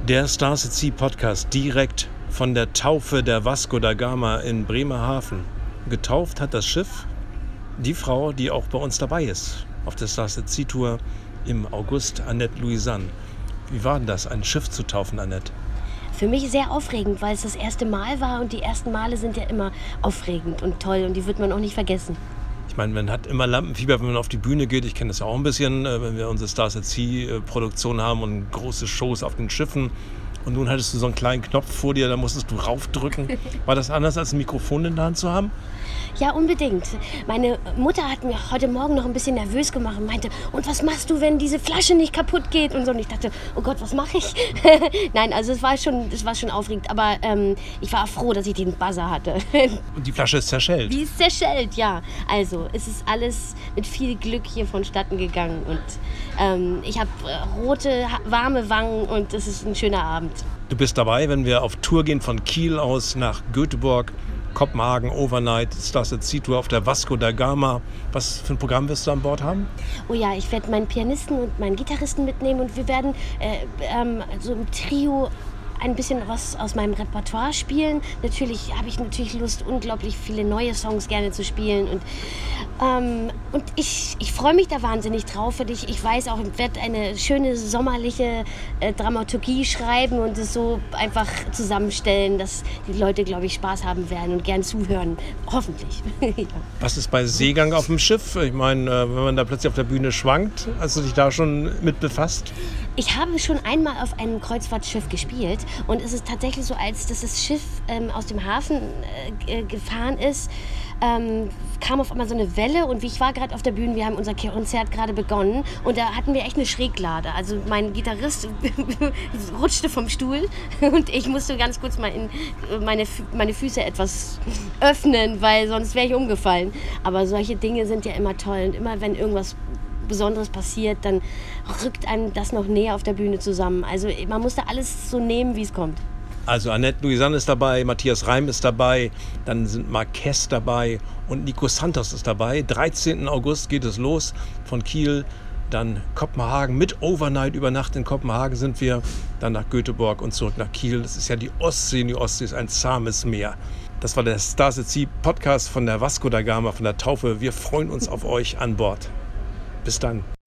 Der Stars at Sea Podcast direkt von der Taufe der Vasco da Gama in Bremerhaven. Getauft hat das Schiff die Frau, die auch bei uns dabei ist auf der Stars at Sea Tour im August, Annette Louisanne. Wie war denn das, ein Schiff zu taufen, Annette? Für mich sehr aufregend, weil es das erste Mal war und die ersten Male sind ja immer aufregend und toll und die wird man auch nicht vergessen. Ich meine, man hat immer Lampenfieber, wenn man auf die Bühne geht. Ich kenne das ja auch ein bisschen, wenn wir unsere Stars at Sea Produktion haben und große Shows auf den Schiffen. Und nun hattest du so einen kleinen Knopf vor dir, da musstest du raufdrücken. War das anders, als ein Mikrofon in der Hand zu haben? Ja, unbedingt. Meine Mutter hat mir heute Morgen noch ein bisschen nervös gemacht und meinte, und was machst du, wenn diese Flasche nicht kaputt geht? Und so. Und ich dachte, oh Gott, was mache ich? Nein, also es war schon aufregend. Aber ich war froh, dass ich den Buzzer hatte. Und die Flasche ist zerschellt? Die ist zerschellt, ja. Also es ist alles mit viel Glück hier vonstatten gegangen. Und ich habe rote, warme Wangen und es ist ein schöner Abend. Du bist dabei, wenn wir auf Tour gehen von Kiel aus nach Göteborg, Kopenhagen, Overnight, Stars at Sea Tour auf der Vasco da Gama. Was für ein Programm wirst du an Bord haben? Oh ja, ich werde meinen Pianisten und meinen Gitarristen mitnehmen und wir werden so im Trio ein bisschen was aus meinem Repertoire spielen. Natürlich habe ich Lust, unglaublich viele neue Songs gerne zu spielen. Und ich freue mich da wahnsinnig drauf. Und ich weiß auch, ich werde eine schöne sommerliche Dramaturgie schreiben und es so einfach zusammenstellen, dass die Leute, glaube ich, Spaß haben werden und gern zuhören. Hoffentlich. Ja. Was ist bei Seegang auf dem Schiff? Ich meine, wenn man da plötzlich auf der Bühne schwankt, hast du dich da schon mit befasst? Ich habe schon einmal auf einem Kreuzfahrtschiff gespielt und es ist tatsächlich so, als dass das Schiff aus dem Hafen gefahren ist, kam auf einmal so eine Welle und ich war gerade auf der Bühne, wir haben unser Konzert gerade begonnen und da hatten wir echt eine Schräglade. Also mein Gitarrist rutschte vom Stuhl und ich musste ganz kurz mal meine Füße etwas öffnen, weil sonst wäre ich umgefallen. Aber solche Dinge sind ja immer toll und immer wenn irgendwas Besonderes passiert, dann rückt einem das noch näher auf der Bühne zusammen. Also man muss da alles so nehmen, wie es kommt. Also Annette Louisanne ist dabei, Matthias Reim ist dabei, dann sind Marquez dabei und Nico Santos ist dabei. 13. August geht es los von Kiel, dann Kopenhagen mit Overnight. Über Nacht in Kopenhagen sind wir, dann nach Göteborg und zurück nach Kiel. Das ist ja die Ostsee und die Ostsee ist ein zahmes Meer. Das war der Stars at Sea Podcast von der Vasco da Gama, von der Taufe. Wir freuen uns auf euch an Bord. Bis dann.